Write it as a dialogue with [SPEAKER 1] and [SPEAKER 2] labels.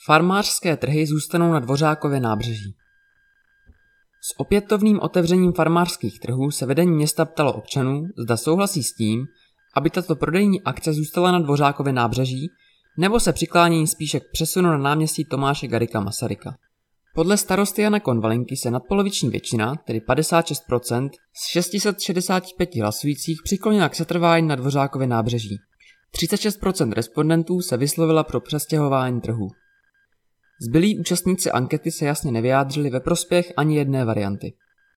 [SPEAKER 1] Farmářské trhy zůstanou na Dvořákově nábřeží. S opětovným otevřením farmářských trhů se vedení města ptalo občanů, zda souhlasí s tím, aby tato prodejní akce zůstala na Dvořákově nábřeží, nebo se přiklání spíše k přesunu na náměstí Tomáše Garrigua Masaryka. Podle starosty Jana Konvalinky se nadpoloviční většina, tedy 56%, z 665 hlasujících přiklonila k setrvání na Dvořákově nábřeží. 36% respondentů se vyslovila pro přestěhování trhů. Zbylí účastníci ankety se jasně nevyjádřili ve prospěch ani jedné varianty.